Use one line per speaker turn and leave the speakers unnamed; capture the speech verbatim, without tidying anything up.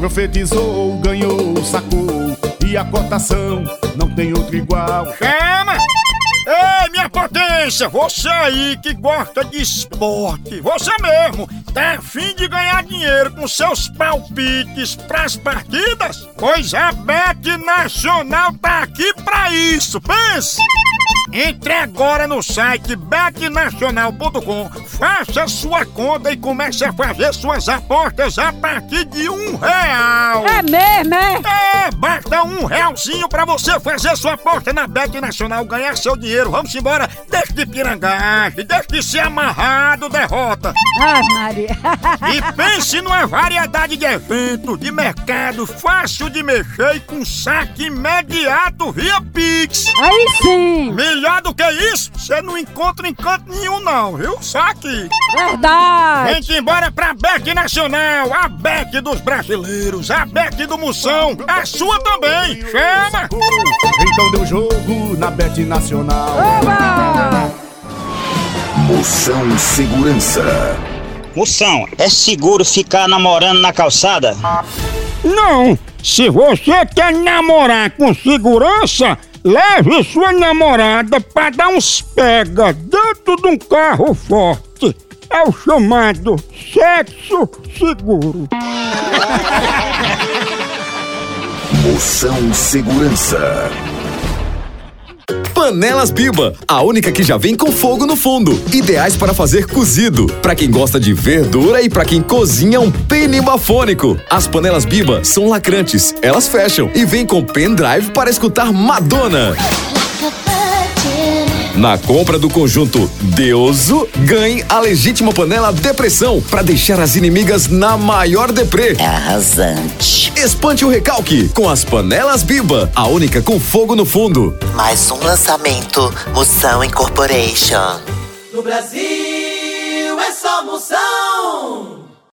Profetizou, ganhou, sacou, e a cotação não tem outro igual.
Chama! Ei, minha potência, você aí que gosta de esporte, você mesmo, tá a fim de ganhar dinheiro com seus palpites pras partidas? Pois a Bet Nacional tá aqui pra isso, pense! Entre agora no site bet nacional ponto com, faça sua conta e comece a fazer suas apostas a partir de um real.
É mesmo, é?
É, basta um realzinho pra você fazer sua aposta na Bet Nacional, ganhar seu dinheiro. Vamos embora, deixe de pirangagem, deixe de ser amarrado, derrota.
Ai, Maria.
E pense numa variedade de eventos, de mercado, fácil de mexer e com saque imediato via Pix.
Aí sim.
Melhor do que isso, você não encontra em canto nenhum não, viu? Só aqui.
Verdade.
Vem-te embora pra Bet Nacional, a Bet dos brasileiros, a Bet do Moção, a sua também. Chama!
Então deu jogo na Bet Nacional.
Oba!
Moção Segurança.
Moção, é seguro ficar namorando na calçada?
Não! Se você quer namorar com segurança, leve sua namorada pra dar uns pega dentro de um carro forte. É o chamado sexo seguro.
Moção Segurança.
Panelas Biba, a única que já vem com fogo no fundo. Ideais para fazer cozido, para quem gosta de verdura e para quem cozinha um pene bafônico. As panelas Biba são lacrantes, elas fecham e vem com pendrive para escutar Madonna. Na compra do conjunto Deuso, ganhe a legítima panela Depressão para deixar as inimigas na maior deprê.
É arrasante.
Espante o recalque com as panelas Biba, a única com fogo no fundo.
Mais um lançamento Moção Incorporation.
No Brasil é só Moção.